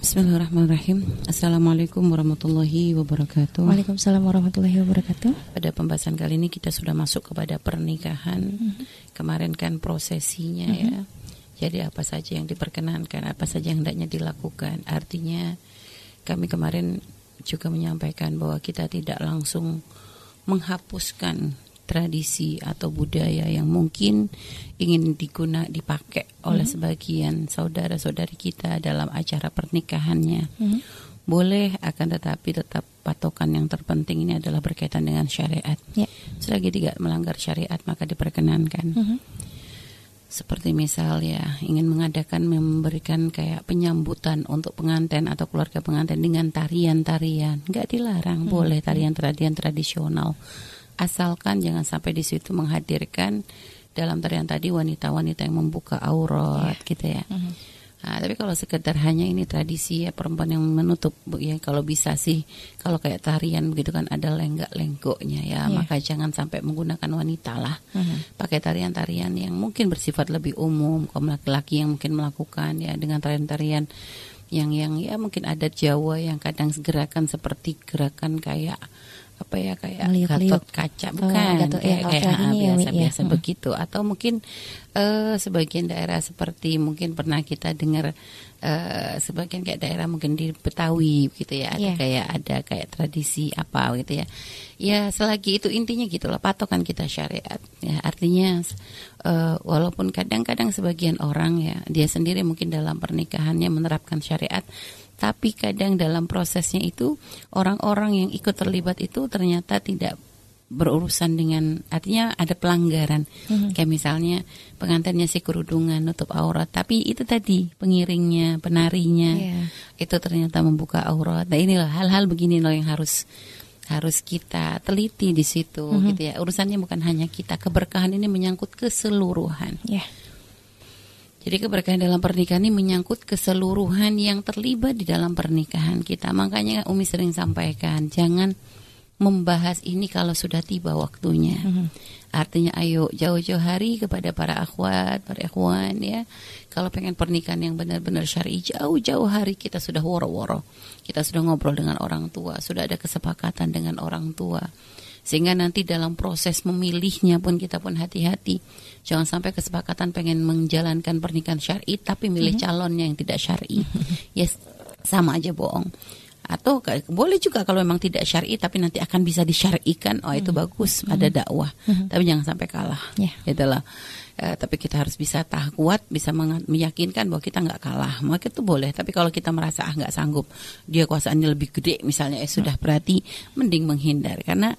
Bismillahirrahmanirrahim. Assalamualaikum warahmatullahi wabarakatuh. Waalaikumsalam warahmatullahi wabarakatuh. Pada pembahasan kali ini kita sudah masuk kepada pernikahan. Kemarin kan prosesinya ya. Jadi apa saja yang diperkenankan, apa saja yang hendaknya dilakukan. Artinya kami kemarin juga menyampaikan bahwa kita tidak langsung menghapuskan tradisi atau budaya yang mungkin ingin dipakai oleh sebagian saudara-saudari kita dalam acara pernikahannya. Boleh, akan tetapi tetap patokan yang terpenting ini adalah berkaitan dengan syariat. Selagi tidak melanggar syariat maka diperkenankan. Seperti misal ya, ingin memberikan kayak penyambutan untuk pengantin atau keluarga pengantin dengan tarian-tarian, nggak dilarang, boleh tarian-tarian tradisional. Asalkan jangan sampai di situ menghadirkan dalam tarian tadi wanita-wanita yang membuka aurat gitu ya. Nah, tapi kalau sekedar hanya ini tradisi ya, perempuan yang menutup ya, kalau bisa sih, kalau kayak tarian begitu kan ada lenggak-lenggoknya ya, maka jangan sampai menggunakan wanita lah. Pakai tarian-tarian yang mungkin bersifat lebih umum, kaum laki-laki yang mungkin melakukan ya dengan tarian-tarian yang ya mungkin adat Jawa yang kadang gerakan seperti gerakan kayak apa ya, kayak Gatot kaca, bukan kayak biasa begitu, atau mungkin sebagian daerah seperti mungkin pernah kita dengar sebagian kayak daerah mungkin di Betawi gitu ya, ada kayak tradisi apa gitu ya. Ya selagi itu intinya gitulah, patokan kita syariat ya, artinya walaupun kadang-kadang sebagian orang ya dia sendiri mungkin dalam pernikahannya menerapkan syariat, tapi kadang dalam prosesnya itu orang-orang yang ikut terlibat itu ternyata tidak berurusan dengan, artinya ada pelanggaran. Kayak misalnya pengantinnya si kerudungan nutup aurat, tapi itu tadi pengiringnya, penarinya itu ternyata membuka aurat. Nah inilah hal-hal begini loh yang harus kita teliti di situ gitu ya. Urusannya bukan hanya kita, keberkahan ini menyangkut keseluruhan. Jadi keberkahan dalam pernikahan ini menyangkut keseluruhan yang terlibat di dalam pernikahan kita. Makanya Umi sering sampaikan, jangan membahas ini kalau sudah tiba waktunya. Artinya ayo jauh-jauh hari kepada para akhwat, para ikhwan ya. Kalau pengen pernikahan yang benar-benar syar'i, jauh-jauh hari kita sudah woro-woro. Kita sudah ngobrol dengan orang tua, sudah ada kesepakatan dengan orang tua. Sehingga nanti dalam proses memilihnya pun kita pun hati-hati. Jangan sampai kesepakatan pengen menjalankan pernikahan syar'i tapi milih calonnya yang tidak syar'i. Yes, sama aja bohong. Atau boleh juga kalau memang tidak syar'i tapi nanti akan bisa disyar'ikan, oh itu bagus, ada dakwah. Tapi jangan sampai kalah. Itulah. Tapi kita harus bisa kuat, bisa meyakinkan bahwa kita nggak kalah. Maka itu boleh. Tapi kalau kita merasa nggak sanggup, dia kuasaannya lebih gede misalnya, sudah berarti mending menghindar karena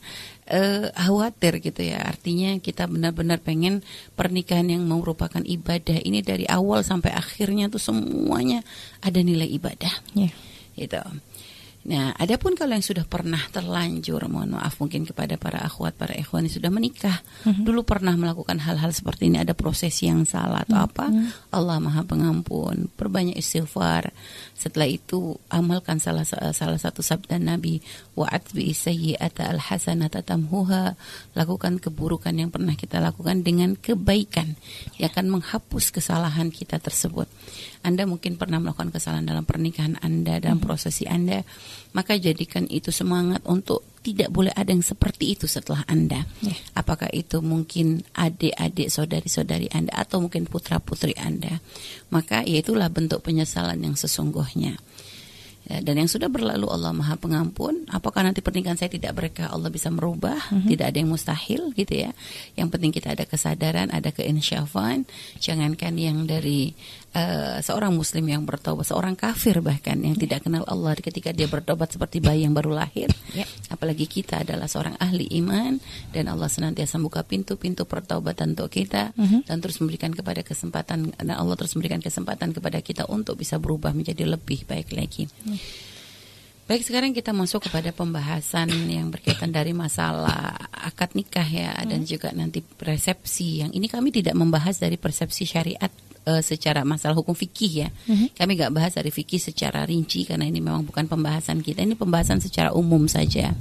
khawatir gitu ya. Artinya kita benar-benar pengen pernikahan yang merupakan ibadah ini dari awal sampai akhirnya tuh semuanya ada nilai ibadah. Gitu. Nah, adapun kalau yang sudah pernah terlanjur, mohon maaf mungkin kepada para akhwat, para ikhwan yang sudah menikah, dulu pernah melakukan hal-hal seperti ini, ada proses yang salah atau apa, Allah Maha Pengampun, perbanyak istighfar. Setelah itu amalkan salah satu sabda Nabi, wa'atbi sayyi'ata al-hasanata tamhuha, lakukan keburukan yang pernah kita lakukan dengan kebaikan yang akan menghapus kesalahan kita tersebut. Anda mungkin pernah melakukan kesalahan dalam pernikahan Anda, dalam prosesi Anda, maka jadikan itu semangat untuk tidak boleh ada yang seperti itu setelah Anda. Apakah itu mungkin adik-adik, saudari-saudari Anda, atau mungkin putra-putri Anda. Maka itulah bentuk penyesalan yang sesungguhnya. Dan yang sudah berlalu Allah Maha Pengampun. Apakah nanti pernikahan saya tidak berkah, Allah bisa merubah, tidak ada yang mustahil gitu ya. Yang penting kita ada kesadaran, ada keinsyafan. Jangankan yang dari seorang muslim yang bertobat, seorang kafir bahkan yang tidak kenal Allah ketika dia bertobat seperti bayi yang baru lahir. Apalagi kita adalah seorang ahli iman dan Allah senantiasa buka pintu-pintu pertobatan untuk kita dan terus memberikan kepada kesempatan, dan Allah terus memberikan kesempatan kepada kita untuk bisa berubah menjadi lebih baik lagi. Baik, sekarang kita masuk kepada pembahasan yang berkaitan dari masalah akad nikah ya, dan juga nanti resepsi. Yang ini kami tidak membahas dari persepsi syariat secara masalah hukum fikih ya. Kami gak bahas dari fikih secara rinci karena ini memang bukan pembahasan kita. Ini pembahasan secara umum saja.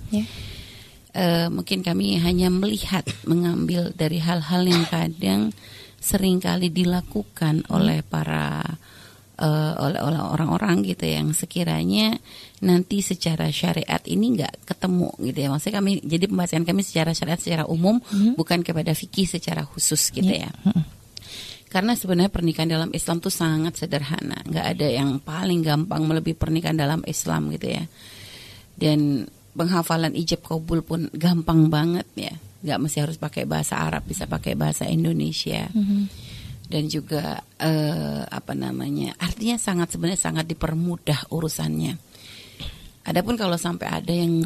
Mungkin kami hanya mengambil dari hal-hal yang kadang seringkali dilakukan oleh para oleh orang-orang gitu yang sekiranya nanti secara syariat ini nggak ketemu gitu ya. Maksudnya jadi pembahasan kami secara syariat secara umum, bukan kepada fikih secara khusus gitu ya. Karena sebenarnya pernikahan dalam Islam tuh sangat sederhana, nggak ada yang paling gampang melebihi pernikahan dalam Islam gitu ya. Dan penghafalan ijab kabul pun gampang banget ya, nggak mesti harus pakai bahasa Arab, bisa pakai bahasa Indonesia. Dan juga artinya sebenarnya sangat dipermudah urusannya. Adapun kalau sampai ada yang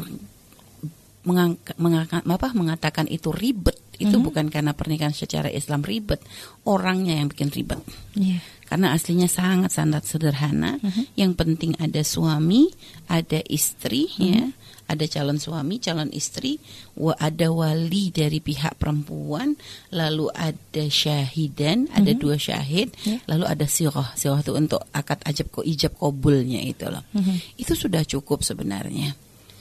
mengatakan itu ribet, itu bukan karena pernikahan secara Islam ribet, orangnya yang bikin ribet. Karena aslinya sangat-sangat sederhana. Yang penting ada suami, ada istri, ya, ada calon suami, calon istri, ada wali dari pihak perempuan, lalu ada syahidan, ada 2 syahid, lalu ada sirah itu untuk akad ijab kabulnya itu loh. Itu sudah cukup sebenarnya.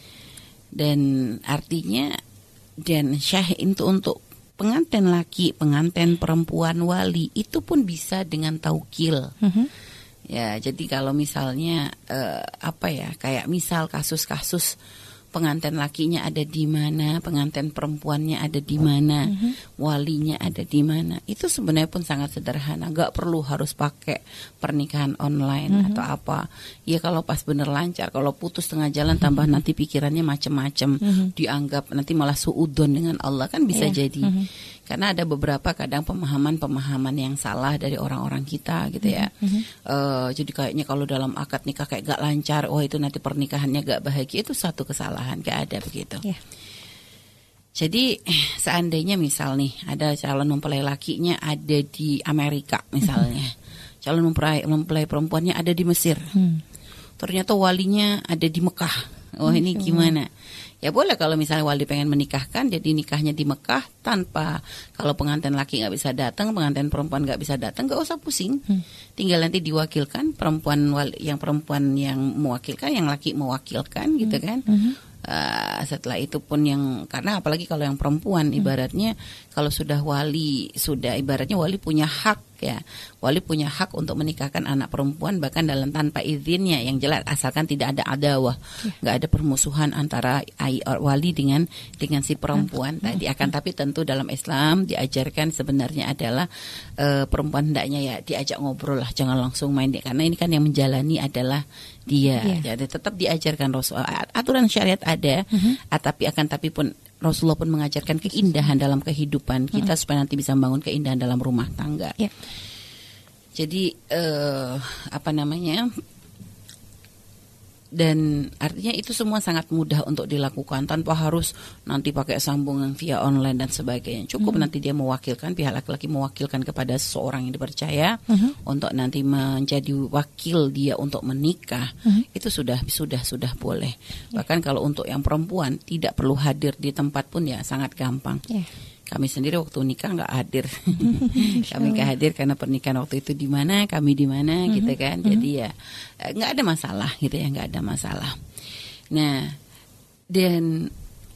Dan artinya syahid itu untuk pengantin laki, pengantin perempuan, wali itu pun bisa dengan taukil. Ya, jadi kalau misalnya kayak misal kasus-kasus pengantin lakinya ada di mana, pengantin perempuannya ada di mana, walinya ada di mana. Itu sebenarnya pun sangat sederhana, nggak perlu harus pakai pernikahan online atau apa. Ya kalau pas bener lancar, kalau putus tengah jalan tambah nanti pikirannya macam-macam, dianggap nanti malah suudon dengan Allah kan bisa jadi. Karena ada beberapa kadang pemahaman yang salah dari orang-orang kita gitu ya. Jadi kayaknya kalau dalam akad nikah kayak gak lancar, itu nanti pernikahannya gak bahagia, itu satu kesalahan, gak ada begitu. Jadi seandainya misal nih ada calon mempelai lakinya ada di Amerika misalnya, calon mempelai perempuannya ada di Mesir, ternyata walinya ada di Mekah. Ini gimana? Ya boleh kalau misalnya wali pengen menikahkan, jadi nikahnya di Mekah tanpa, kalau pengantin laki nggak bisa datang, pengantin perempuan nggak bisa datang, nggak usah pusing. Tinggal nanti diwakilkan perempuan yang mewakilkan, yang laki mewakilkan gitu kan. Setelah itu pun karena apalagi kalau yang perempuan ibaratnya kalau sudah ibaratnya wali punya hak ya. Wali punya hak untuk menikahkan anak perempuan bahkan tanpa izinnya, yang jelas asalkan tidak ada adawah, nggak ada permusuhan antara wali dengan si perempuan tadi. Tapi tentu dalam Islam diajarkan sebenarnya adalah perempuan hendaknya ya diajak ngobrol lah, jangan langsung main karena ini kan yang menjalani adalah dia. Jadi tetap diajarkan aturan syariat ada, tapi pun Rasulullah pun mengajarkan keindahan dalam kehidupan kita supaya nanti bisa membangun keindahan dalam rumah tangga. Jadi dan artinya itu semua sangat mudah untuk dilakukan tanpa harus nanti pakai sambungan via online dan sebagainya. Cukup nanti dia mewakilkan, pihak laki-laki mewakilkan kepada seseorang yang dipercaya untuk nanti menjadi wakil dia untuk menikah. Itu sudah boleh. Bahkan kalau untuk yang perempuan tidak perlu hadir di tempat pun ya sangat gampang. Kami sendiri waktu nikah nggak hadir. Kami nggak hadir karena pernikahan waktu itu di mana, kami di mana gitu kan. Jadi ya nggak ada masalah gitu ya, nggak ada masalah. Nah, dan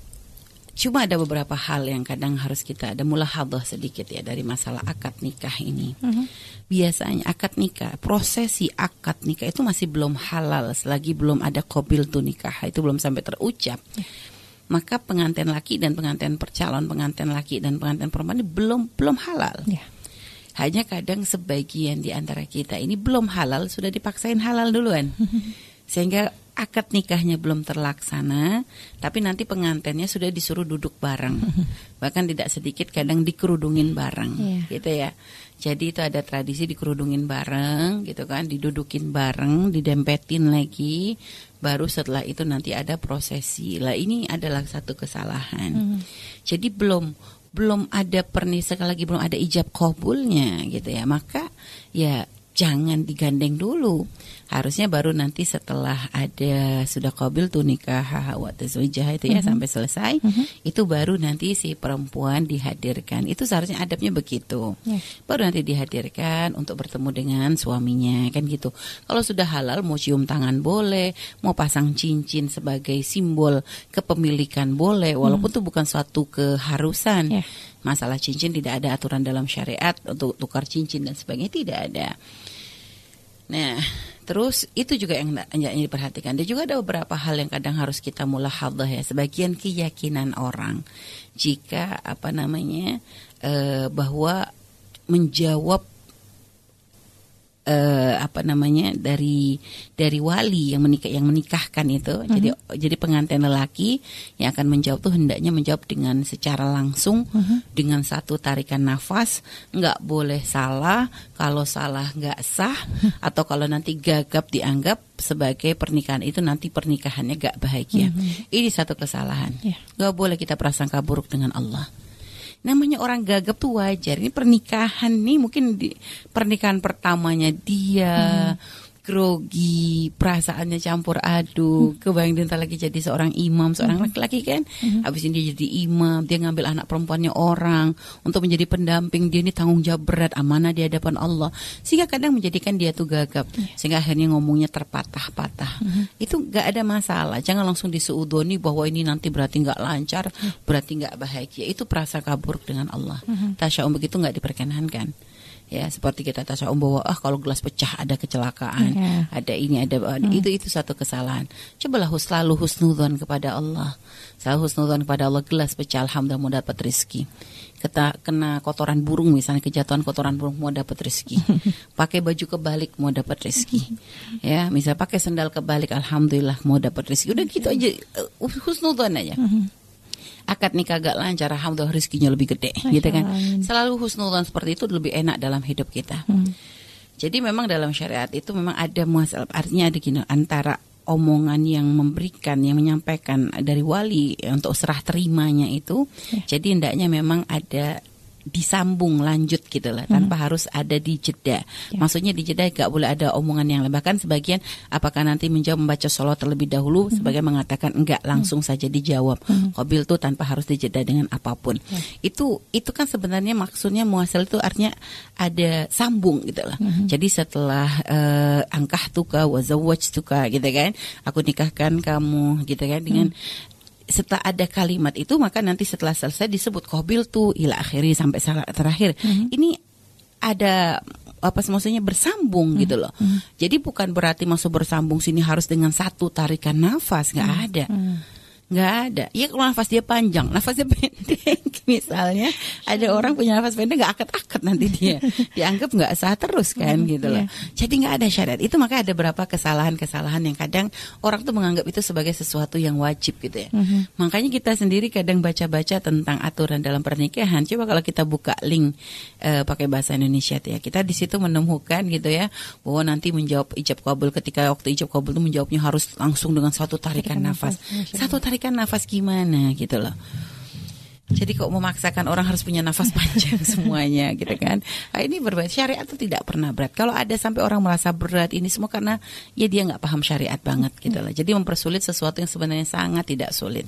cuma ada beberapa hal yang kadang harus kita ada mulahadhah sedikit ya dari masalah akad nikah ini. Biasanya akad nikah, prosesi akad nikah itu masih belum halal selagi belum ada qabil tu nikah, itu belum sampai terucap. Maka pengantin laki dan pengantin laki dan pengantin perempuan ini belum halal. Hanya kadang sebagian di antara kita ini belum halal sudah dipaksain halal duluan. Sehingga akad nikahnya belum terlaksana, tapi nanti pengantinnya sudah disuruh duduk bareng. Bahkan tidak sedikit kadang dikerudungin bareng, gitu ya. Jadi itu ada tradisi dikerudungin bareng, gitu kan, didudukin bareng, didempetin lagi, baru setelah itu nanti ada prosesi. Lah ini adalah satu kesalahan. Jadi belum ada sekali lagi belum ada ijab qabulnya, gitu ya. Maka ya jangan digandeng dulu. Harusnya baru nanti setelah ada sudah qabil tu nikah wa tazwijah itu ya sampai selesai, itu baru nanti si perempuan dihadirkan. Itu seharusnya adabnya begitu. Baru nanti dihadirkan untuk bertemu dengan suaminya kan gitu. Kalau sudah halal mau cium tangan boleh, mau pasang cincin sebagai simbol kepemilikan boleh, walaupun itu bukan suatu keharusan. Masalah cincin tidak ada aturan dalam syariat untuk tukar cincin dan sebagainya, tidak ada. Nah, terus itu juga yang diperhatikan. Dan juga ada beberapa hal yang kadang harus kita mulahadhah ya. Sebagian keyakinan orang jika bahwa menjawab dari wali yang menikahkan itu. Jadi pengantin lelaki yang akan menjawab tuh hendaknya menjawab dengan secara langsung, dengan satu tarikan nafas, nggak boleh salah. Kalau salah nggak sah, atau kalau nanti gagap dianggap sebagai pernikahan itu nanti pernikahannya nggak bahagia. Ini satu kesalahan. Nggak boleh kita prasangka buruk dengan Allah. Namanya orang gagap tuh wajar. Ini pernikahan nih, mungkin pernikahan pertamanya dia grogi, perasaannya campur aduk, kebayang dia lagi jadi seorang imam, seorang laki-laki kan, habis ini dia jadi imam, dia ngambil anak perempuannya orang untuk menjadi pendamping dia, ini tanggung jawab berat, amanah di hadapan Allah, sehingga kadang menjadikan dia tuh gagap, sehingga akhirnya ngomongnya terpatah-patah. Itu gak ada masalah, jangan langsung disuudoni bahwa ini nanti berarti gak lancar, berarti gak bahagia. Itu prasangka buruk dengan Allah. Tasya'um begitu gak diperkenankan. Ya, seperti kita tasya'um bahwa kalau gelas pecah ada kecelakaan, ada ini, ada itu satu kesalahan. Cobalah selalu husnudzon kepada Allah. Selalu husnudzon kepada Allah, gelas pecah alhamdulillah mau dapat rezeki. Kena kotoran burung misalnya, kejatuhan kotoran burung mau dapat rezeki. Pakai baju kebalik mau dapat rezeki. Ya, misal pakai sendal kebalik alhamdulillah mau dapat rezeki. Udah gitu aja, husnudzon aja. Akad nikah gak lancar, alhamdulillah rezekinya lebih gede, gitu kan. Selalu husnudzon seperti itu lebih enak dalam hidup kita. Jadi memang dalam syariat itu memang ada masalah, artinya ada gini, antara omongan yang memberikan, yang menyampaikan dari wali untuk serah terimanya itu, jadi hendaknya memang ada disambung lanjut gitu lah, tanpa harus ada di jeda. Maksudnya di jeda gak boleh ada omongan yang bahkan sebagian apakah nanti menjawab membaca sholawat terlebih dahulu, sebagian mengatakan enggak, langsung saja dijawab qabil tuh tanpa harus dijeda dengan apapun. Itu kan sebenarnya maksudnya muasal itu artinya ada sambung gitu lah. Jadi setelah ankahtuka wa zawwajtuka gitu kan, aku nikahkan kamu gitu kan, dengan setelah ada kalimat itu maka nanti setelah selesai disebut qabil tu ila akhiri sampai terakhir. Ini ada maksudnya bersambung gitu loh. Jadi bukan berarti maksud bersambung sini harus dengan satu tarikan nafas, nggak ada. Nggak ada. Ya kalau nafas dia panjang, nafasnya pendek misalnya, ada orang punya nafas pendek nggak akad-akad nanti dia dianggap nggak sah terus kan gitu loh. Jadi nggak ada syariat. Itu maka ada beberapa kesalahan-kesalahan yang kadang orang tuh menganggap itu sebagai sesuatu yang wajib gitu ya. Makanya kita sendiri kadang baca-baca tentang aturan dalam pernikahan. Coba kalau kita buka link pakai bahasa Indonesia ya, kita di situ menemukan gitu ya bahwa nanti menjawab ijab qabul, ketika waktu ijab qabul itu menjawabnya harus langsung dengan satu tarikan nafas. Satu tarikan nafas gimana gitu loh. Jadi kok memaksakan orang harus punya nafas panjang semuanya gitu kan. Nah, ini berbeda. Syariat itu tidak pernah berat. Kalau ada sampai orang merasa berat, ini semua karena ya dia nggak paham syariat banget gitu loh. Jadi mempersulit sesuatu yang sebenarnya sangat tidak sulit.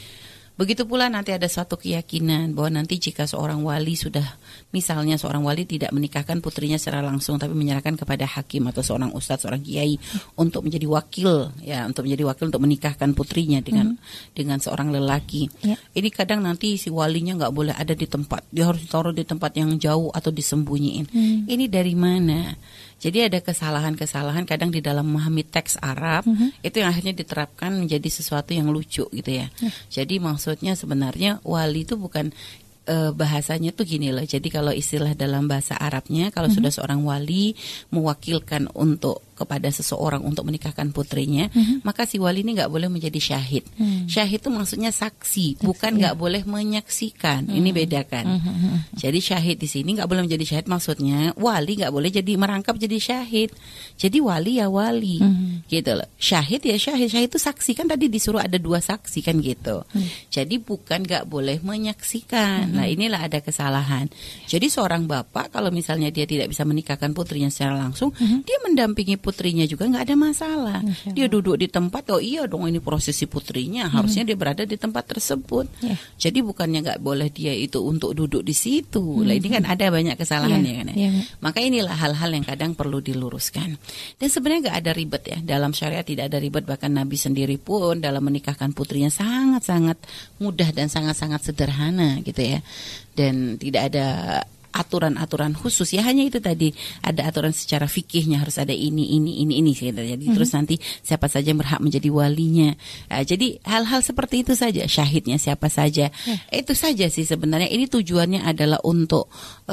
Begitu pula nanti ada suatu keyakinan bahwa nanti jika seorang wali sudah, misalnya seorang wali tidak menikahkan putrinya secara langsung tapi menyerahkan kepada hakim atau seorang ustadz, seorang kiai untuk menjadi wakil ya, untuk menjadi wakil untuk menikahkan putrinya dengan seorang lelaki. Ini kadang nanti si walinya nggak boleh ada di tempat, dia harus ditaruh di tempat yang jauh atau disembunyiin. Ini dari mana? Jadi ada kesalahan-kesalahan kadang di dalam memahami teks Arab itu yang akhirnya diterapkan menjadi sesuatu yang lucu gitu ya. Jadi maksudnya sebenarnya wali itu bukan bahasanya tuh gini loh. Jadi kalau istilah dalam bahasa Arabnya, kalau sudah seorang wali mewakilkan kepada seseorang untuk menikahkan putrinya, maka si wali ini nggak boleh menjadi syahid. Syahid itu maksudnya saksi, bukan nggak boleh menyaksikan. Ini bedakan. Jadi syahid di sini nggak boleh menjadi syahid, maksudnya wali nggak boleh jadi merangkap jadi syahid. Jadi wali ya wali, gitu loh. Syahid ya syahid. Syahid itu saksi, kan tadi disuruh ada 2 saksi kan gitu. Jadi bukan nggak boleh menyaksikan. Nah inilah ada kesalahan. Jadi seorang bapak kalau misalnya dia tidak bisa menikahkan putrinya secara langsung, dia mendampingi putrinya juga nggak ada masalah. Dia duduk di tempat, oh iya dong ini prosesi putrinya, harusnya dia berada di tempat tersebut. Jadi bukannya nggak boleh dia itu untuk duduk di situ. Lah ini kan ada banyak kesalahan ya kan. Maka inilah hal-hal yang kadang perlu diluruskan. Dan sebenarnya nggak ada ribet ya, dalam syariat tidak ada ribet. Bahkan Nabi sendiri pun dalam menikahkan putrinya sangat-sangat mudah dan sangat-sangat sederhana gitu ya. Dan tidak ada aturan-aturan khusus ya, hanya itu tadi ada aturan secara fikihnya harus ada ini gitu. Jadi terus nanti siapa saja yang berhak menjadi walinya. Jadi hal-hal seperti itu saja, syahidnya siapa saja. Itu saja sih sebenarnya. Ini tujuannya adalah untuk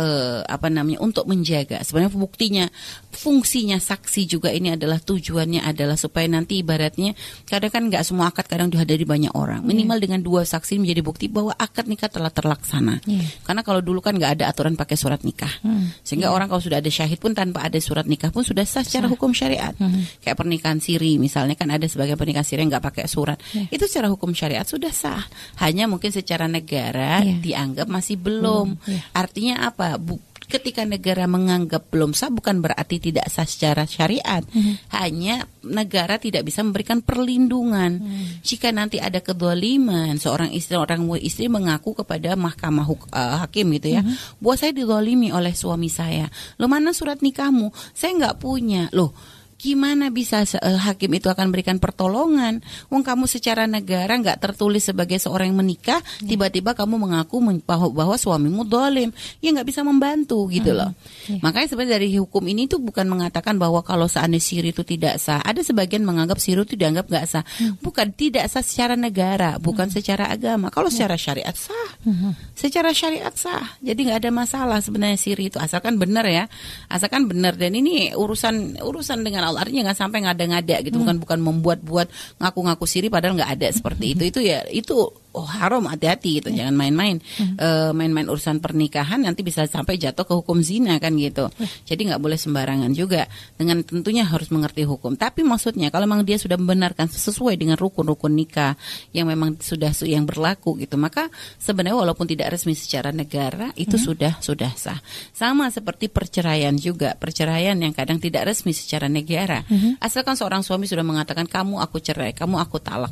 untuk menjaga. Sebenarnya buktinya, fungsinya saksi juga ini adalah tujuannya adalah supaya nanti ibaratnya kadang kan nggak semua akad kadang dihadiri banyak orang. Minimal dengan 2 saksi menjadi bukti bahwa akad nikah telah terlaksana. Karena kalau dulu kan nggak ada aturan pakai surat nikah. Sehingga orang kalau sudah ada syahid pun tanpa ada surat nikah pun sudah sah secara hukum syariat. Kayak pernikahan siri misalnya, kan ada sebagian pernikahan siri yang nggak pakai surat. Itu secara hukum syariat sudah sah. Hanya mungkin secara negara dianggap masih belum. Artinya apa? Ketika negara menganggap belum sah bukan berarti tidak sah secara syariat. Hanya negara tidak bisa memberikan perlindungan. Jika nanti ada kedoliman, seorang istri mengaku kepada mahkamah hakim gitu ya, bahwa saya didolimi oleh suami saya. Loh, mana surat nikahmu? Saya nggak punya. Loh, gimana bisa hakim itu akan berikan pertolongan? Wong kamu secara negara nggak tertulis sebagai seorang yang menikah, tiba-tiba kamu mengaku bahwa suamimu dolim, ya nggak bisa membantu gitu loh. Makanya sebenarnya dari hukum ini tuh bukan mengatakan bahwa kalau seandainya siri itu tidak sah. Ada sebagian menganggap siri itu dianggap nggak sah. Bukan, tidak sah secara negara, bukan secara agama. Kalau secara syariat sah, secara syariat sah. Jadi nggak ada masalah sebenarnya siri itu, asalkan benar ya, asalkan benar. Dan ini urusan dengan Allah, artinya nggak sampai ngada-ngada gitu, bukan membuat-buat ngaku-ngaku siri padahal nggak ada seperti itu. Itu ya itu haram, hati-hati gitu, jangan main-main. Main-main urusan pernikahan nanti bisa sampai jatuh ke hukum zina kan gitu. Jadi nggak boleh sembarangan juga, dengan tentunya harus mengerti hukum. Tapi maksudnya kalau memang dia sudah membenarkan sesuai dengan rukun-rukun nikah yang memang sudah yang berlaku gitu, maka sebenarnya walaupun tidak resmi secara negara itu sudah sah. Sama seperti perceraian juga, perceraian yang kadang tidak resmi secara negara. Asalkan seorang suami sudah mengatakan kamu aku cerai, kamu aku talak,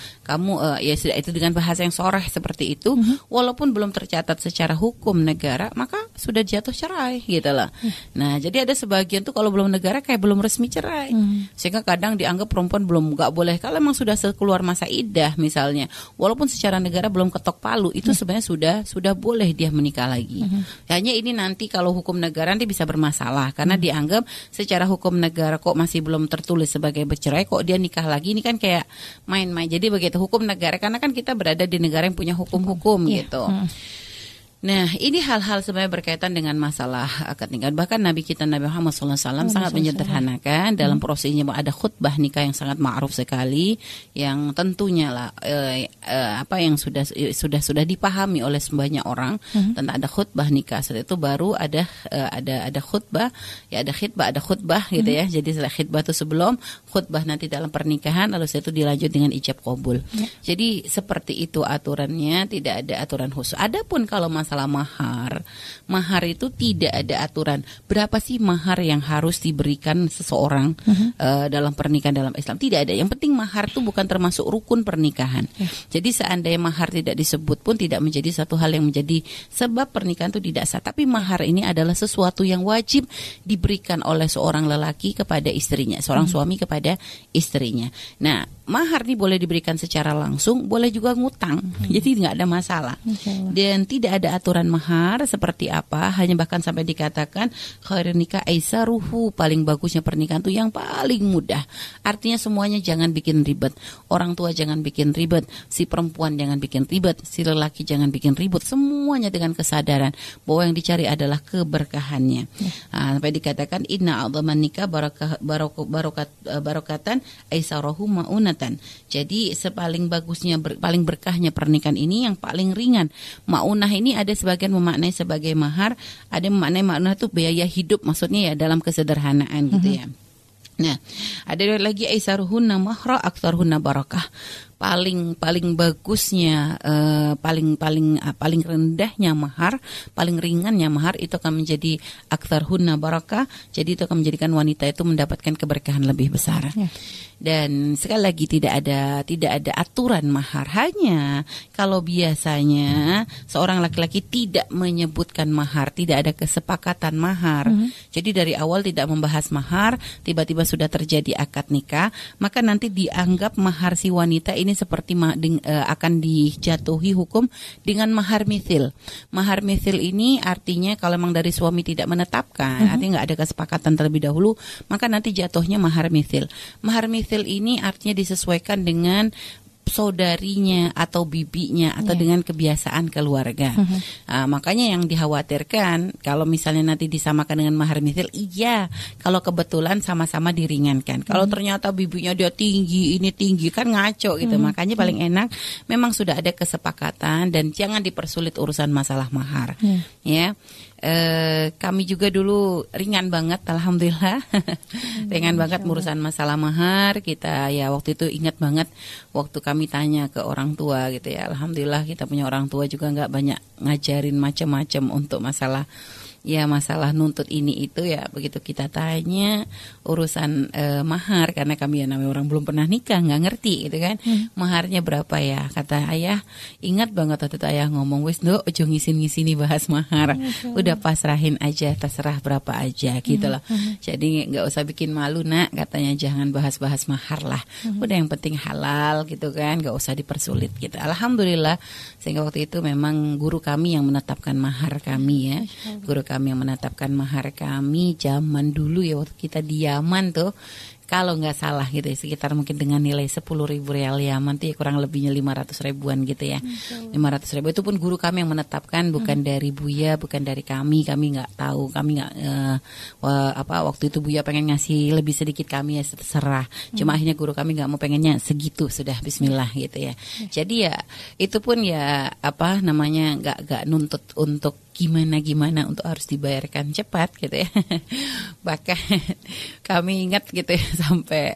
kamu ya sudah, itu dengan bahasa yang soreh seperti itu, walaupun belum tercatat secara hukum negara, maka sudah jatuh cerai gitu loh. Nah, jadi ada sebagian tuh kalau belum negara kayak belum resmi cerai, sehingga kadang dianggap perempuan belum, nggak boleh kalau memang sudah keluar masa iddah misalnya, walaupun secara negara belum ketok palu, itu sebenarnya sudah boleh dia menikah lagi. Hanya ini nanti kalau hukum negara nanti bisa bermasalah karena dianggap secara hukum negara kok masih belum tertulis sebagai bercerai, kok dia nikah lagi, ini kan kayak main-main. Jadi begitu hukum negara, karena kan kita berada di negara yang punya hukum-hukum gitu. Nah, ini hal-hal sebenarnya berkaitan dengan masalah akad nikah. Bahkan Nabi kita Nabi Muhammad SAW sangat menyederhanakan dalam prosesnya. Ada khutbah nikah yang sangat ma'ruf sekali, yang tentunya lah yang sudah dipahami oleh sebanyak orang tentang ada khutbah nikah. Setelah itu baru ada khutbah, ya ada khutbah gitu ya. Jadi setelah khutbah itu sebelum khutbah nanti dalam pernikahan, lalu setelah itu dilanjut dengan ijab qabul. Jadi seperti itu aturannya, tidak ada aturan khusus. Adapun kalau masalah mahar itu tidak ada aturan berapa sih mahar yang harus diberikan seseorang dalam pernikahan dalam Islam, tidak ada. Yang penting mahar itu bukan termasuk rukun pernikahan. Jadi seandainya mahar tidak disebut pun tidak menjadi satu hal yang menjadi sebab pernikahan itu tidak sah. Tapi mahar ini adalah sesuatu yang wajib diberikan oleh seorang lelaki kepada istrinya, seorang suami kepada istrinya. Nah, mahar ini boleh diberikan secara langsung, boleh juga ngutang. Jadi nggak ada masalah. Dan tidak ada aturan mahar seperti apa, hanya bahkan sampai dikatakan khairun nikah aisaruhu, paling bagusnya pernikahan itu yang paling mudah. Artinya semuanya jangan bikin ribet. Orang tua jangan bikin ribet, si perempuan jangan bikin ribet, si lelaki jangan bikin ribut. Semuanya dengan kesadaran bahwa yang dicari adalah keberkahannya. Sampai dikatakan inna a'dhaman nikah barokatan aisaruhu maunatan. Jadi sepaling bagusnya paling berkahnya pernikahan ini yang paling ringan. Maunah ini ada sebagian memaknai sebagai mahar, ada memaknai maunah itu biaya hidup, maksudnya ya dalam kesederhanaan gitu ya. Nah, ada lagi aisaruhunna mahra aktsarhunna barakah. Paling bagusnya, paling rendahnya mahar, paling ringannya mahar itu akan menjadi aktsarhunna barakah. Jadi itu akan menjadikan wanita itu mendapatkan keberkahan lebih besar. Dan sekali lagi tidak ada aturan mahar. Hanya kalau biasanya seorang laki-laki tidak menyebutkan mahar, tidak ada kesepakatan mahar. Jadi dari awal tidak membahas mahar, tiba-tiba sudah terjadi akad nikah, maka nanti dianggap mahar si wanita ini seperti akan dijatuhi hukum dengan mahar mithil. Mahar mithil ini artinya kalau memang dari suami tidak menetapkan, artinya nggak ada kesepakatan terlebih dahulu, maka nanti jatuhnya mahar mithil. Mahar mithil ini artinya disesuaikan dengan saudarinya atau bibinya atau dengan kebiasaan keluarga. Makanya yang dikhawatirkan kalau misalnya nanti disamakan dengan mahar mithil, iya kalau kebetulan sama-sama diringankan. Kalau ternyata bibinya dia tinggi, ini tinggi, kan ngaco gitu. Makanya paling enak memang sudah ada kesepakatan dan jangan dipersulit urusan masalah mahar. Ya. Kami juga dulu ringan banget, alhamdulillah. Ringan banget urusan masalah mahar. Kita ya waktu itu ingat banget waktu kami tanya ke orang tua gitu ya. Alhamdulillah kita punya orang tua juga nggak banyak ngajarin macam-macam untuk masalah nuntut ini itu ya. Begitu kita tanya urusan mahar, karena kami ya namanya orang belum pernah nikah, nggak ngerti gitu kan. Maharnya berapa ya? Kata ayah, ingat banget waktu itu ayah ngomong, wis do ojo ngisin-ngisini bahas mahar, udah pasrahin aja, terserah berapa aja gitu loh. Jadi nggak usah bikin malu nak, katanya jangan bahas-bahas mahar lah. Udah yang penting halal gitu kan, nggak usah dipersulit gitu. Alhamdulillah sehingga waktu itu memang guru kami yang menetapkan mahar kami ya. Guru kami yang menetapkan mahar kami zaman dulu ya, waktu kita di Yaman tuh, kalau nggak salah gitu ya, sekitar mungkin dengan nilai 10.000 rial Yaman tuh ya kurang lebihnya 500 ribuan gitu ya. 500 ribu itu pun guru kami yang menetapkan, bukan dari Buya, bukan dari kami nggak tahu, kami nggak waktu itu Buya pengen ngasih lebih sedikit, kami ya terserah. Cuma akhirnya guru kami nggak mau, pengennya segitu, sudah bismillah gitu ya. Jadi ya itu pun ya nggak nuntut untuk gimana untuk harus dibayarkan cepat gitu ya. Bahkan kami ingat gitu ya sampai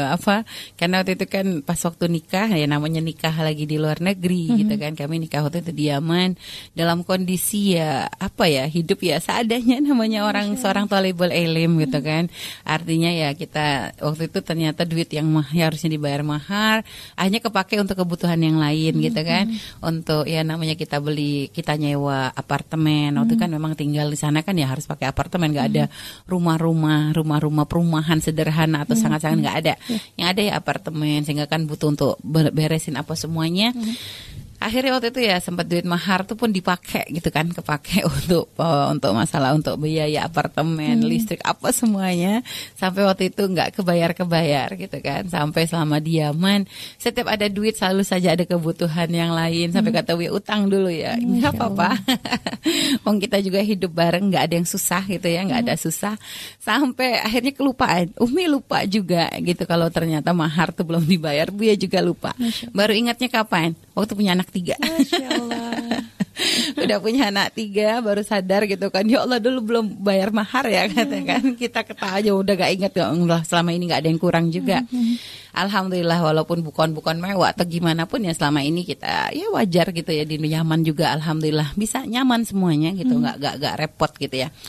karena waktu itu kan pas waktu nikah ya, namanya nikah lagi di luar negeri gitu kan. Kami nikah waktu itu di Yaman dalam kondisi ya hidup ya seadanya, namanya seorang thalibul ilm gitu kan. Artinya ya kita waktu itu ternyata duit yang harusnya dibayar mahar hanya kepake untuk kebutuhan yang lain gitu kan. Untuk ya namanya kita nyewa apartemen. Waktu kan memang tinggal di sana kan ya harus pakai apartemen, nggak ada rumah-rumah perumahan sederhana atau sangat-sangat nggak ada. Yang ada ya apartemen, sehingga kan butuh untuk beresin apa semuanya. Akhirnya waktu itu ya sempat duit mahar tuh pun dipakai gitu kan, kepake untuk masalah untuk biaya apartemen, listrik apa semuanya, sampai waktu itu nggak kebayar gitu kan. Sampai selama di Yaman setiap ada duit selalu saja ada kebutuhan yang lain, sampai kata utang dulu ya, nggak apa-apa. Wong kita juga hidup bareng, nggak ada yang susah gitu ya, nggak ada susah. Sampai akhirnya kelupaan, Umi lupa juga gitu kalau ternyata mahar tuh belum dibayar. Buya juga lupa. Baru ingatnya kapan? Waktu punya anak 3. Masya Allah. Udah punya anak 3 baru sadar gitu kan, ya Allah dulu belum bayar mahar ya katakan. Kita ketawa aja udah gak ingat ya Allah, selama ini gak ada yang kurang juga. Alhamdulillah walaupun bukan mewah atau gimana pun ya selama ini kita ya wajar gitu ya, di Yaman juga alhamdulillah bisa nyaman semuanya gitu, gak repot gitu ya.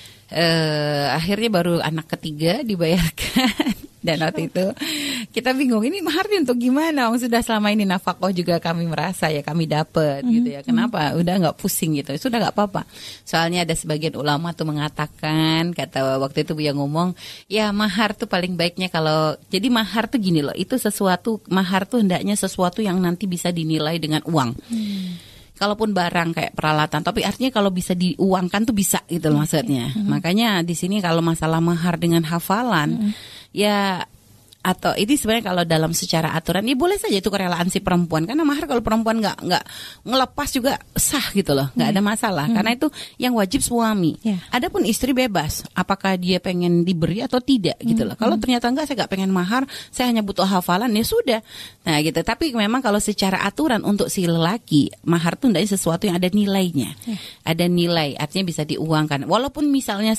Akhirnya baru anak ketiga dibayarkan. Dan waktu itu kita bingung, ini maharnya untuk gimana? Sudah selama ini nafkah juga kami merasa ya kami dapat gitu ya. Kenapa? Udah nggak pusing gitu. Sudah nggak apa-apa. Soalnya ada sebagian ulama tuh mengatakan, kata waktu itu Buya ngomong, ya mahar tuh paling baiknya kalau, jadi mahar tuh gini loh, itu mahar tuh hendaknya sesuatu yang nanti bisa dinilai dengan uang. Kalaupun barang kayak peralatan, tapi artinya kalau bisa diuangkan tuh bisa gitu loh maksudnya. Makanya di sini kalau masalah mahar dengan hafalan, ya atau ini sebenarnya kalau dalam secara aturan ya boleh saja itu kerelaan si perempuan, karena mahar kalau perempuan nggak ngelepas juga sah gitu loh, nggak ada masalah karena itu yang wajib suami. Adapun istri bebas apakah dia pengen diberi atau tidak gitu loh. Kalau ternyata enggak, saya nggak pengen mahar, saya hanya butuh hafalan, ya sudah. Nah gitu. Tapi memang kalau secara aturan untuk si lelaki, mahar itu hendaknya sesuatu yang ada nilainya, ada nilai, artinya bisa diuangkan. Walaupun misalnya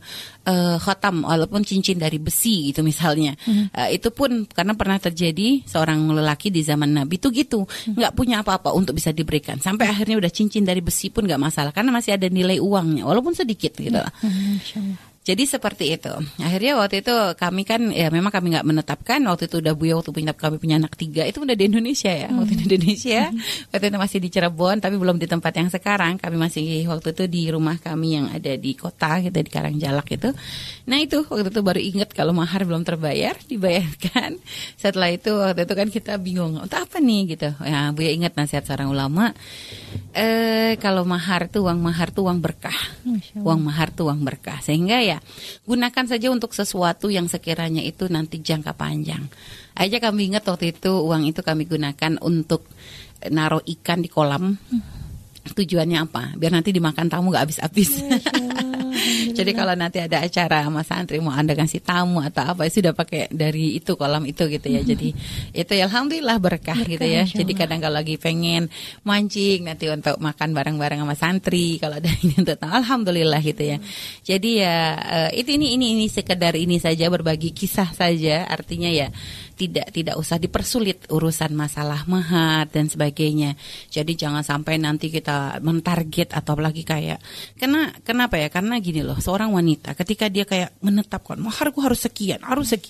khatam, walaupun cincin dari besi gitu misalnya. Itu pun karena pernah terjadi seorang lelaki di zaman Nabi itu gitu, nggak punya apa-apa untuk bisa diberikan, sampai akhirnya udah cincin dari besi pun nggak masalah karena masih ada nilai uangnya walaupun sedikit gitu lah. Jadi seperti itu. Akhirnya waktu itu kami kan, ya memang kami nggak menetapkan. Waktu itu udah Buya waktu kami punya anak 3, itu udah di Indonesia ya. Waktu di Indonesia, waktu itu masih di Cirebon, tapi belum di tempat yang sekarang. Kami masih waktu itu di rumah kami yang ada di kota gitu, di Karangjalak itu. Nah itu waktu itu baru ingat kalau mahar belum terbayar, dibayarkan. Setelah itu waktu itu kan kita bingung, untuk apa nih gitu. Ya Buya ingat nasihat seorang ulama. Kalau mahar tuh uang berkah. Uang mahar tuh uang berkah. Sehingga ya gunakan saja untuk sesuatu yang sekiranya itu nanti jangka panjang. Aja kami ingat waktu itu uang itu kami gunakan untuk naruh ikan di kolam. Tujuannya apa? Biar nanti dimakan tamu gak habis-habis. Jadi kalau nanti ada acara sama santri mau Anda kasih tamu atau apa, sudah pakai dari itu kolam itu gitu ya. Jadi itu ya alhamdulillah berkah gitu ya. Jadi kadang kalau lagi pengen mancing nanti untuk makan bareng-bareng sama santri, kalau ada ini untuk alhamdulillah gitu ya. Jadi ya ini sekedar ini saja, berbagi kisah saja, artinya ya tidak usah dipersulit urusan masalah mahar dan sebagainya. Jadi jangan sampai nanti kita mentarget atau apalagi kayak kenapa ya? Karena gini loh, seorang wanita ketika dia kayak menetapkan maharku harus sekian.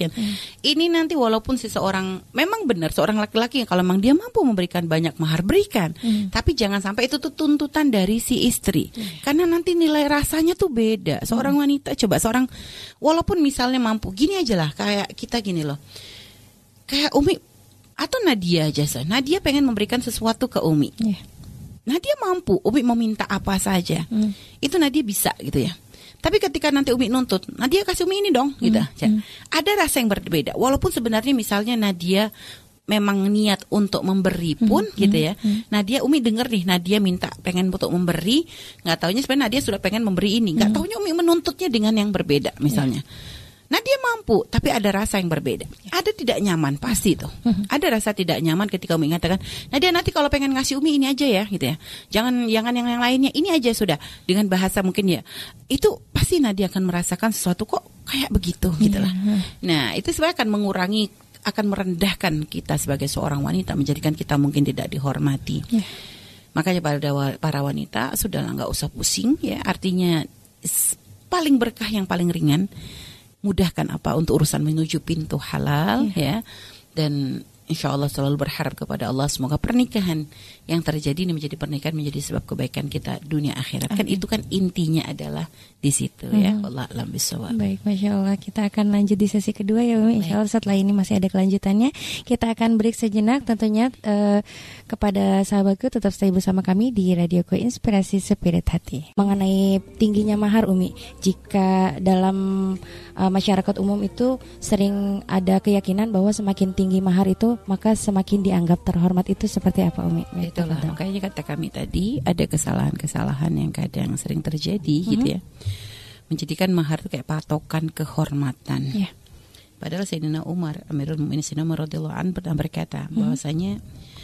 Ini nanti walaupun seseorang memang benar seorang laki-laki kalau memang dia mampu memberikan banyak mahar berikan. Tapi jangan sampai itu tuh tuntutan dari si istri. Karena nanti nilai rasanya tuh beda. Seorang wanita walaupun misalnya mampu, gini aja lah kayak kita gini loh. Kayak Umi atau Nadia aja, Nadia pengen memberikan sesuatu ke Umi. Nadia mampu, Umi mau minta apa saja. Itu Nadia bisa gitu ya. Tapi ketika nanti Umi nuntut, Nadia kasih Umi ini dong gitu. Ada rasa yang berbeda. Walaupun sebenarnya misalnya Nadia memang niat untuk memberi pun gitu ya. Nadia, Umi denger nih Nadia minta pengen untuk memberi, nggak taunya sebenarnya Nadia sudah pengen memberi ini, nggak taunya Umi menuntutnya dengan yang berbeda misalnya. Nah dia mampu, tapi ada rasa yang berbeda. Ada tidak nyaman, pasti tuh. Ada rasa tidak nyaman ketika Umi mengatakan, Nadia nanti kalau pengen ngasih Umi ini aja ya, gitu ya. Jangan yang lainnya, ini aja sudah. Dengan bahasa mungkin ya, itu pasti Nadia akan merasakan sesuatu kok kayak begitu, gitulah. Nah itu sebenarnya akan merendahkan kita sebagai seorang wanita, menjadikan kita mungkin tidak dihormati. Makanya para wanita sudahlah nggak usah pusing ya. Artinya paling berkah yang paling ringan. Mudahkan apa untuk urusan menuju pintu halal ya, dan insya Allah selalu berharap kepada Allah semoga pernikahan yang terjadi ini menjadi pernikahan menjadi sebab kebaikan kita dunia akhirat. Kan itu kan intinya adalah di situ ya. Allah alam bisawab. Baik, Masya Allah, kita akan lanjut di sesi kedua ya Umi. Insya Allah setelah ini masih ada kelanjutannya. Kita akan break sejenak tentunya. Kepada sahabatku tetap stay bersama kami di Radioku Inspirasi Spirit Hati. Mengenai tingginya mahar Umi, jika dalam masyarakat umum itu sering ada keyakinan bahwa semakin tinggi mahar itu maka semakin dianggap terhormat, itu seperti apa Umi? Itulah makanya kata kami tadi ada kesalahan-kesalahan yang kadang sering terjadi gitu ya, menjadikan mahar itu kayak patokan kehormatan. Padahal Sayyidina Umar Amirul Mukminin Sayyidina radhiyallahu anhu pernah berkata bahwasanya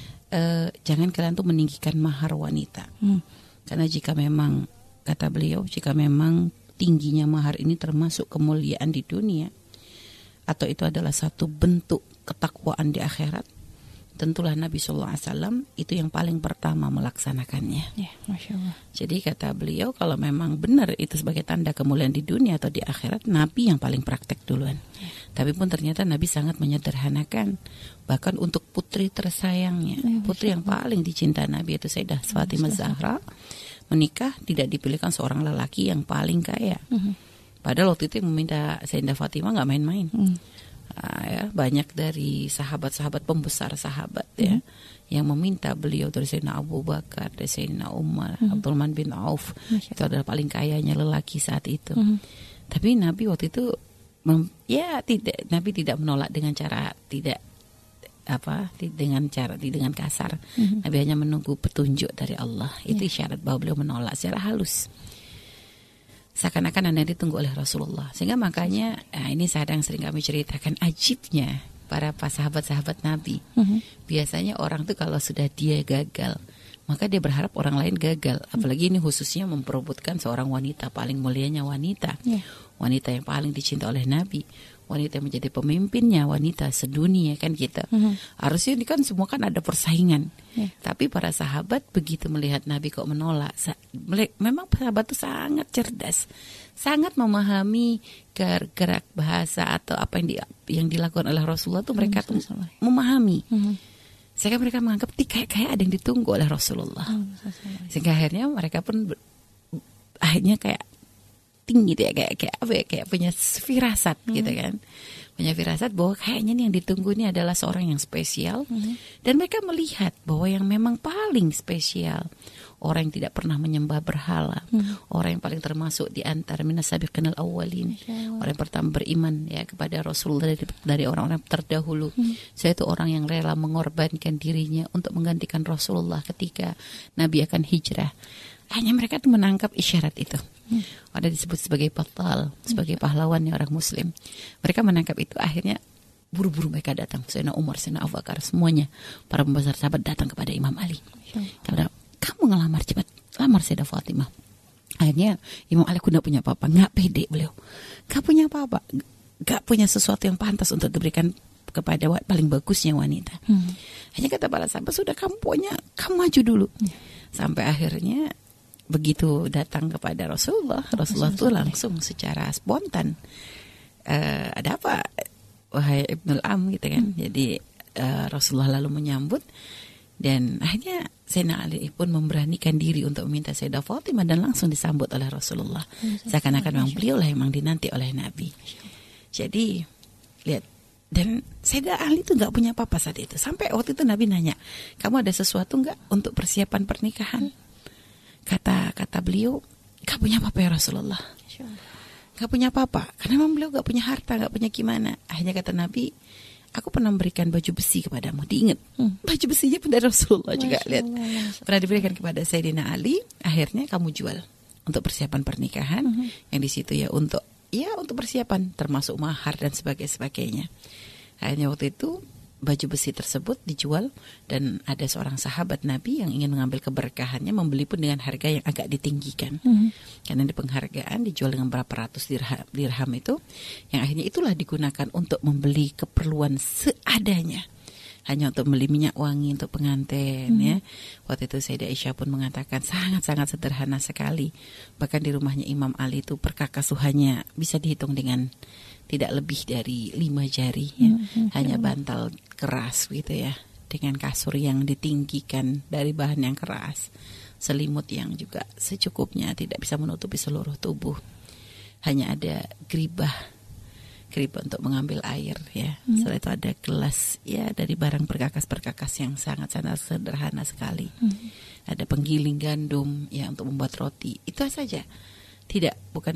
jangan kalian tuh meninggikan mahar wanita. Karena jika memang kata beliau, jika memang tingginya mahar ini termasuk kemuliaan di dunia atau itu adalah satu bentuk ketakwaan di akhirat, tentulah Nabi SAW itu yang paling pertama melaksanakannya. Masya Allah. Jadi kata beliau kalau memang benar itu sebagai tanda kemuliaan di dunia atau di akhirat, Nabi yang paling praktek duluan. Tapi pun ternyata Nabi sangat menyederhanakan. Bahkan untuk putri tersayangnya, putri yang paling dicinta Nabi itu Sayyidah Fatimah Zahra, menikah tidak dipilihkan seorang lelaki yang paling kaya. Padahal waktu itu yang meminta Sayyidah Fatimah nggak main-main. Ya, banyak dari sahabat-sahabat pembesar sahabat ya yang meminta beliau, dari Sayyidina Abu Bakar, dari Sayyidina Umar, Abdurrahman bin Auf, itu adalah paling kayanya lelaki saat itu. Tapi Nabi waktu itu Nabi tidak menolak dengan cara dengan kasar. Nabi hanya menunggu petunjuk dari Allah. Itu isyarat bahwa beliau menolak secara halus. Seakan-akan Anda ditunggu oleh Rasulullah. Sehingga makanya ini yang sering kami ceritakan, ajibnya para sahabat-sahabat Nabi. Biasanya orang tuh kalau sudah dia gagal, maka dia berharap orang lain gagal. Apalagi ini khususnya memperebutkan seorang wanita, paling mulianya wanita. Wanita yang paling dicinta oleh Nabi. wanita yang menjadi pemimpinnya, wanita sedunia kan gitu. Harusnya ini kan semua kan ada persaingan. Tapi para sahabat begitu melihat Nabi kok menolak, memang sahabat itu sangat cerdas, sangat memahami gerak bahasa atau apa yang dilakukan oleh Rasulullah itu mereka tuh memahami. Sehingga mereka menganggap kayak ada yang ditunggu oleh Rasulullah. Sehingga akhirnya mereka pun akhirnya kayak tinggi gitu ya, kayak punya firasat gitu kan, punya firasat bahwa kayaknya nih yang ditunggu ini adalah seorang yang spesial. Dan mereka melihat bahwa yang memang paling spesial, orang yang tidak pernah menyembah berhala, orang yang paling termasuk di antara minasabiqinal awwalin, orang yang pertama beriman ya kepada Rasulullah dari orang-orang terdahulu. Saya itu orang yang rela mengorbankan dirinya untuk menggantikan Rasulullah ketika Nabi akan hijrah. Hanya mereka tuh menangkap isyarat itu. Ada disebut sebagai batal, sebagai pahlawannya orang Muslim. Mereka menangkap itu, akhirnya buru-buru mereka datang. Sayyidina Umar, Sayyidina Abu Bakar, semuanya para pembesar sahabat datang kepada Imam Ali. Kamu ngelamar, cepat lamar Sayyidah Fatimah. Akhirnya Imam Ali udah punya apa-apa, nggak pede beliau, nggak punya apa-apa, nggak punya sesuatu yang pantas untuk diberikan kepada paling bagusnya wanita. Hanya kata para sahabat, sudah kamu maju dulu. Sampai akhirnya begitu datang kepada Rasulullah tuh langsung secara spontan, ada apa wahai Ibnul Am gitu kan. Jadi Rasulullah lalu menyambut, dan akhirnya Sayyidina Ali pun memberanikan diri untuk meminta Sayyidah Fatimah dan langsung disambut oleh Rasulullah. Seakan-akan memang beliau lah yang dinanti oleh Nabi. Jadi lihat, dan Sayyidina Ali itu nggak punya apa-apa saat itu. Sampai waktu itu Nabi nanya, kamu ada sesuatu nggak untuk persiapan pernikahan? Kata beliau, gak punya apa-apa ya Rasulullah, gak punya apa-apa, karena memang beliau gak punya harta, gak punya gimana. Akhirnya kata Nabi, aku pernah memberikan baju besi kepadamu. Diingat, baju besinya pun dari Rasulullah juga. Lihat, pernah diberikan kepada Sayyidina Ali. Akhirnya kamu jual untuk persiapan pernikahan, yang di situ ya untuk persiapan, termasuk mahar dan sebagainya. Akhirnya waktu itu baju besi tersebut dijual, dan ada seorang sahabat Nabi yang ingin mengambil keberkahannya, membeli pun dengan harga yang agak ditinggikan. Karena di penghargaan dijual dengan berapa ratus dirham itu, yang akhirnya itulah digunakan untuk membeli keperluan seadanya. Hanya untuk membeli minyak wangi untuk pengantin ya. Waktu itu Sayyidah Aisyah pun mengatakan sangat-sangat sederhana sekali. Bahkan di rumahnya Imam Ali itu perkakasuhannya bisa dihitung dengan tidak lebih dari 5 jari ya. Hanya bantal keras gitu ya, dengan kasur yang ditinggikan dari bahan yang keras, selimut yang juga secukupnya, tidak bisa menutupi seluruh tubuh. Hanya ada geribah untuk mengambil air ya. Setelah itu ada gelas ya dari barang perkakas yang sangat-sangat sederhana sekali. Ada penggiling gandum ya untuk membuat roti. Itu saja. Tidak, bukan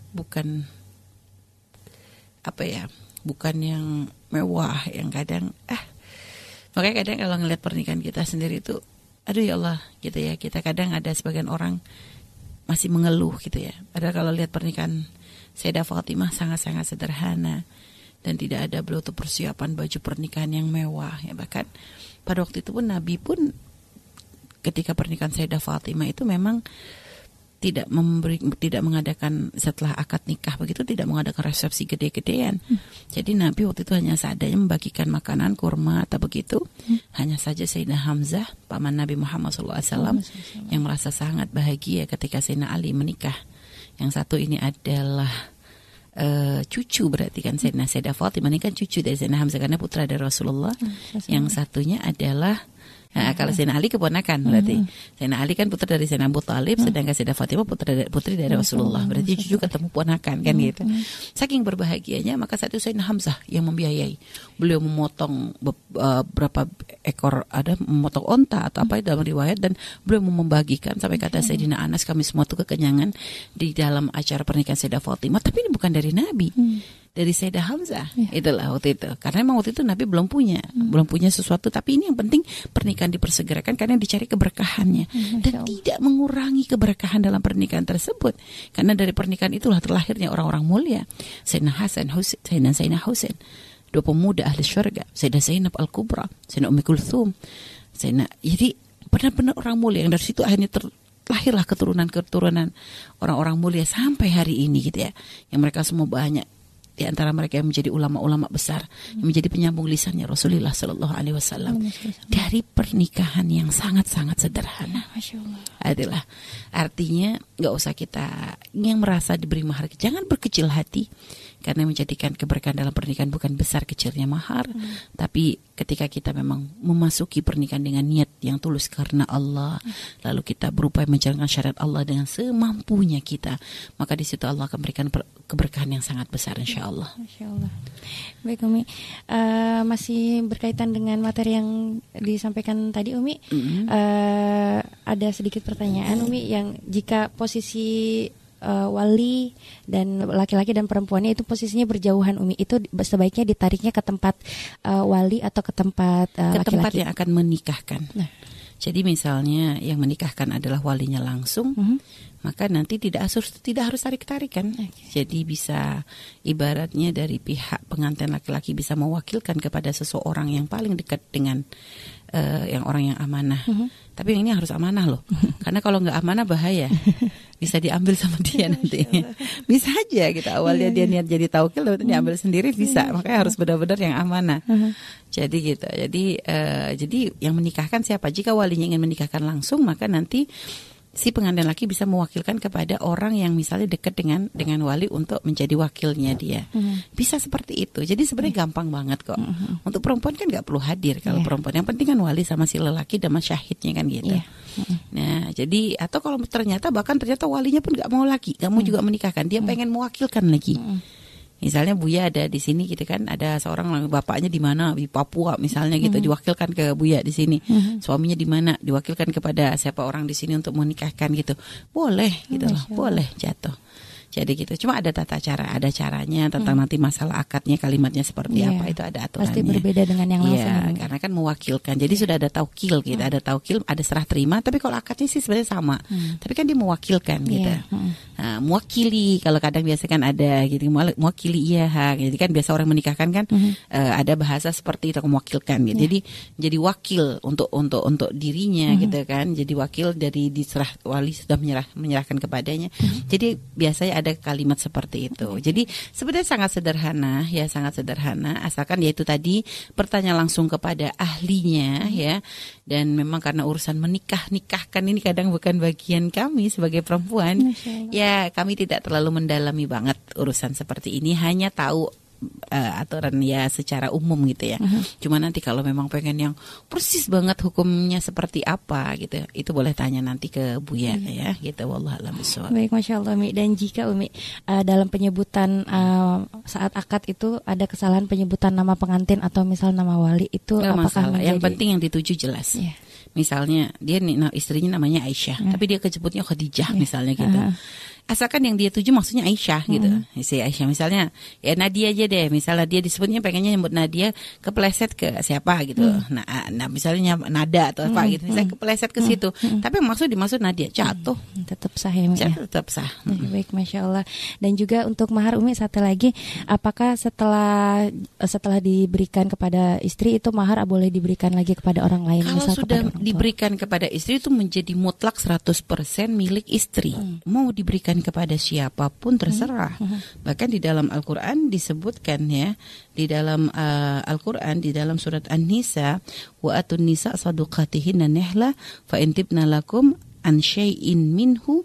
apa ya, bukan yang mewah yang kadang makanya kadang kalau ngelihat pernikahan kita sendiri itu, aduh ya Allah gitu ya, kita kadang ada sebagian orang masih mengeluh gitu ya. Padahal kalau lihat pernikahan Sayyidah Fatimah sangat-sangat sederhana, dan tidak ada beliau tuh persiapan baju pernikahan yang mewah ya. Bahkan pada waktu itu pun Nabi pun ketika pernikahan Sayyidah Fatimah itu memang tidak mengadakan setelah akad nikah begitu, tidak mengadakan resepsi gede-gedean. Jadi Nabi waktu itu hanya seadanya membagikan makanan kurma atau begitu. Hanya saja Sayyidina Hamzah, paman Nabi Muhammad SAW, yang merasa sangat bahagia ketika Sayyidina Ali menikah. Yang satu ini adalah cucu, berarti kan Sayyidah Fatimah ini kan cucu dari Sayyidina Hamzah karena putra dari Rasulullah. Yang satunya adalah kalau Sayyidina Ali keponakan, berarti Sayyidina Ali kan putra dari Sayyidina Abu Thalib, sedangkan Sayyidah Fatimah putri dari Rasulullah. Berarti cucu ketemu ponakan kan gitu. Saking berbahagianya, maka saat itu Sayyidina Hamzah yang membiayai. Beliau memotong berapa ekor, ada memotong onta atau apa dalam riwayat, dan beliau membagikan sampai kata Sayyidina Anas, kami semua tuh kekenyangan di dalam acara pernikahan Sayyidah Fatimah. Tapi ini bukan dari Nabi, dari Sayyidah Hamzah. Itulah waktu itu. Karena memang waktu itu Nabi belum punya sesuatu, tapi ini yang penting pernikahan dipersegerakan karena dicari keberkahannya, dan tidak mengurangi keberkahan dalam pernikahan tersebut. Karena dari pernikahan itulah terlahirnya orang-orang mulia. Sayyidina Hasan, Sayyidina Husain, dua pemuda ahli syurga. Sayyidah Zainab Al-Kubra, Sayyidina Ummi Kulthum. Jadi benar-benar orang mulia, yang dari situ akhirnya lahirlah keturunan orang-orang mulia sampai hari ini gitu ya. Yang mereka semua banyak di antara mereka yang menjadi ulama-ulama besar, yang menjadi penyambung lisannya Rasulullah Sallallahu Alaihi Wasallam dari pernikahan yang sangat-sangat sederhana. Adalah artinya nggak usah kita yang merasa diberi mahar, jangan berkecil hati. Karena menjadikan keberkahan dalam pernikahan bukan besar kecilnya mahar, tapi ketika kita memang memasuki pernikahan dengan niat yang tulus karena Allah, lalu kita berupaya menjalankan syariat Allah dengan semampunya kita, maka di situ Allah akan berikan keberkahan yang sangat besar, insya Allah. Masya Allah. Baik Umi, masih berkaitan dengan materi yang disampaikan tadi Umi, ada sedikit pertanyaan Umi, yang jika posisi wali dan laki-laki dan perempuannya itu posisinya berjauhan Umi, itu sebaiknya ditariknya ke tempat wali atau ke tempat ke laki-laki? Tempat yang akan menikahkan. Jadi misalnya yang menikahkan adalah walinya langsung, maka nanti tidak harus tarik-tarikan. Jadi bisa ibaratnya dari pihak pengantin laki-laki bisa mewakilkan kepada seseorang yang paling dekat dengan yang orang yang amanah. Tapi yang ini harus amanah loh. Karena kalau nggak amanah bahaya. Bisa diambil sama dia nanti. Bisa aja gitu. Awalnya dia niat jadi taukil, tapi diambil sendiri bisa. Makanya harus benar-benar yang amanah. Jadi gitu. Jadi yang menikahkan siapa? Jika walinya ingin menikahkan langsung, maka nanti si pengantin laki bisa mewakilkan kepada orang yang misalnya dekat dengan wali untuk menjadi wakilnya dia. Bisa seperti itu. Jadi sebenarnya gampang banget kok. Untuk perempuan kan nggak perlu hadir kalau perempuan. Yang penting kan wali sama si lelaki dan syahidnya kan gitu. Nah, jadi atau kalau ternyata walinya pun nggak mau lagi, nggak mau juga menikahkan, dia pengen mewakilkan lagi. Misalnya Buya ada di sini gitu kan, ada seorang bapaknya di mana, di Papua misalnya gitu, diwakilkan ke Buya di sini. Suaminya di mana, diwakilkan kepada siapa orang di sini untuk menikahkan gitu. Boleh gitu loh, boleh jatuh. Jadi gitu. Cuma ada tata cara, ada caranya tentang nanti masalah akadnya, kalimatnya seperti apa, itu ada aturannya. Pasti berbeda dengan yang langsung. Iya, karena kan mewakilkan. Jadi sudah ada taukil gitu, ada taukil, ada serah terima, tapi kalau akadnya sih sebenarnya sama. Tapi kan dia mewakilkan gitu. Nah, mewakili, kalau kadang biasa kan ada gitu, mewakili jadi kan biasa orang menikahkan kan ada bahasa seperti itu, mewakilkan gitu. Jadi jadi wakil untuk dirinya gitu kan. Jadi wakil dari diserah wali sudah menyerahkan kepadanya. Jadi biasanya ada kalimat seperti itu. Jadi sebenarnya sangat sederhana ya, sangat sederhana, asalkan yaitu tadi bertanya langsung kepada ahlinya ya. Dan memang karena urusan nikahkan ini kadang bukan bagian kami sebagai perempuan. Ya, kami tidak terlalu mendalami banget urusan seperti ini, hanya tahu aturan ya secara umum gitu ya. Cuma nanti kalau memang pengen yang persis banget hukumnya seperti apa gitu, itu boleh tanya nanti ke Buya ya gitu. Wallahualam bishawab. Baik, Masya Allah Umi. Dan jika Umi dalam penyebutan saat akad itu ada kesalahan penyebutan nama pengantin atau misal nama wali, itu nggak apakah masalah. Yang penting yang dituju jelas. Misalnya dia istrinya namanya Aisyah, tapi dia kejebutnya Khadijah misalnya gitu. Asalkan yang dia tuju maksudnya Aisyah gitu. Si Aisyah misalnya ya Nadia aja deh. Misalnya dia disebutnya pengennya nyebut Nadia, kepeleset ke siapa gitu. Nah misalnya Nada atau apa gitu. Misalnya kepeleset ke situ. Tapi dimaksud Nadia, jatuh. Tetap sah ya, ya? Tetap sah. Baik, Masya Allah. Dan juga untuk mahar Umi satu lagi, apakah setelah diberikan kepada istri itu mahar boleh diberikan lagi kepada orang lain? Kalau misal sudah kepada orang tua? Diberikan kepada istri itu menjadi mutlak 100% milik istri. Mau diberikan kepada siapapun terserah. Bahkan di dalam Al-Quran disebutkan ya, di dalam Al-Quran di dalam surat An-Nisa, wa atun nisa saduqatihinna nihla fa in tibna lakum an syai'in minhu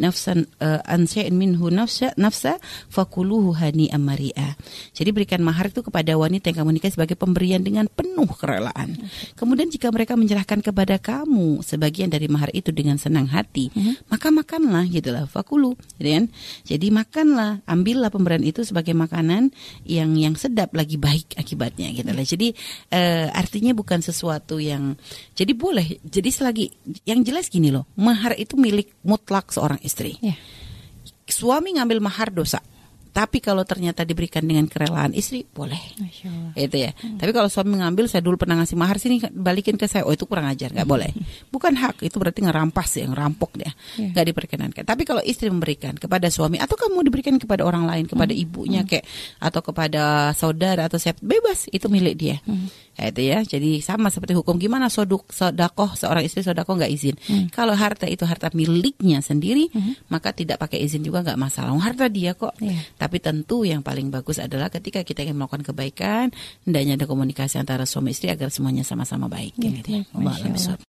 nafsa fakuluhu hani'an mari'a. Jadi berikan mahar itu kepada wanita yang kamu nikahi sebagai pemberian dengan penuh kerelaan. Kemudian jika mereka menyerahkan kepada kamu sebagian dari mahar itu dengan senang hati, maka makanlah gitulah, fakulu, gitu kan? Jadi makanlah, ambillah pemberian itu sebagai makanan yang sedap lagi baik akibatnya gitulah. Jadi artinya bukan sesuatu yang, jadi boleh. Jadi selagi yang jelas gini loh, mahar itu milik mutlak seorang istri. Suami ngambil mahar dosa. Tapi kalau ternyata diberikan dengan kerelaan istri, boleh. Itu ya. Tapi kalau suami ngambil, saya dulu pernah ngasih mahar, sini balikin ke saya, itu kurang ajar, nggak boleh. Bukan hak, itu berarti ngerampas ya, ngerampok dia, nggak diperkenankan. Tapi kalau istri memberikan kepada suami, atau kamu diberikan kepada orang lain, kepada ibunya kayak, atau kepada saudara atau siapa, bebas, itu milik dia. Itu ya. Jadi sama seperti hukum gimana sodakoh, seorang istri sodakoh nggak izin. Kalau harta itu harta miliknya sendiri, maka tidak pakai izin juga nggak masalah. Harta dia kok. Tapi tentu yang paling bagus adalah ketika kita ingin melakukan kebaikan, hendaknya ada komunikasi antara suami istri agar semuanya sama-sama baik. Ya, gitu ya. Masya Allah.